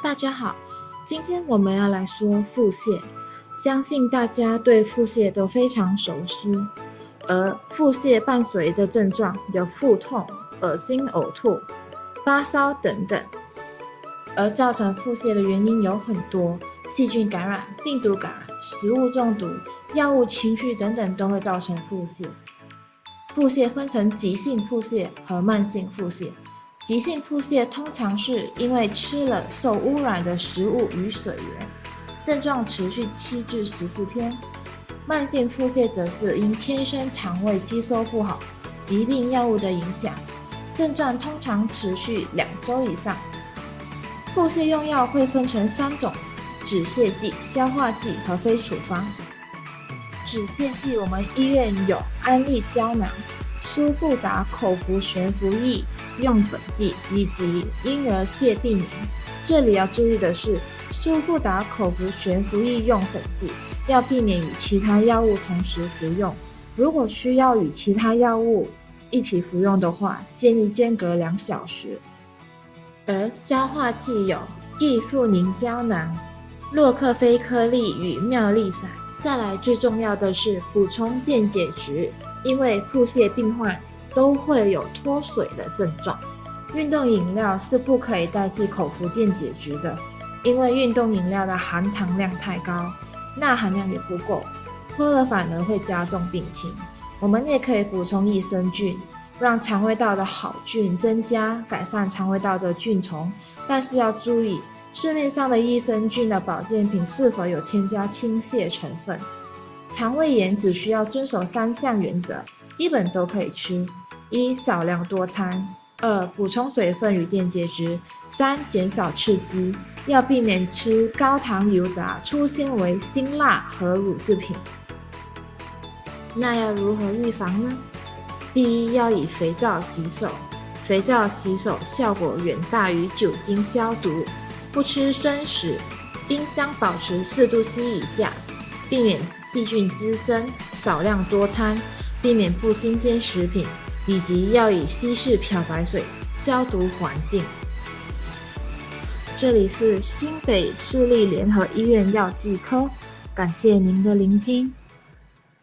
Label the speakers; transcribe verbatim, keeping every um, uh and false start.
Speaker 1: 大家好，今天我们要来说腹泻。相信大家对腹泻都非常熟悉，而腹泻伴随的症状有腹痛、恶心、呕吐、发烧等等。而造成腹泻的原因有很多，细菌感染、病毒感染、食物中毒、药物情绪等等都会造成腹泻。腹泻分成急性腹泻和慢性腹泻。急性腹泻通常是因为吃了受污染的食物与水源，症状持续七至十四天。慢性腹泻则是因天生肠胃吸收不好、疾病药物的影响，症状通常持续两周以上。腹泻用药会分成三种：止泻剂、消化剂和非处方。止泻剂我们医院有安利胶囊、舒富达口服悬浮液用粉剂以及婴儿泻必宁。这里要注意的是，舒富达口服悬浮液用粉剂要避免与其他药物同时服用，如果需要与其他药物一起服用的话，建议间隔两小时。而消化剂有地富宁胶囊、洛克菲颗粒与妙丽散。再来最重要的是补充电解质，因为腹泻病患都会有脱水的症状。运动饮料是不可以代替口服电解质的，因为运动饮料的含糖量太高，钠含量也不够，喝了反而会加重病情。我们也可以补充益生菌，让肠胃道的好菌增加，改善肠胃道的菌丛。但是要注意，市面上的益生菌的保健品是否有添加清泻成分。肠胃炎只需要遵守三项原则，基本都可以吃：一、少量多餐；二、补充水分与电解质；三、减少刺激，要避免吃高糖、油炸、粗纤维、辛辣和乳制品。那要如何预防呢？第一，要以肥皂洗手，肥皂洗手效果远大于酒精消毒。不吃生食，冰箱保持四度 C 以下，避免细菌滋生，少量多餐，避免不新鲜食品，以及要以稀释漂白水消毒环境。这里是新北市立联合医院药剂科，感谢您的聆听。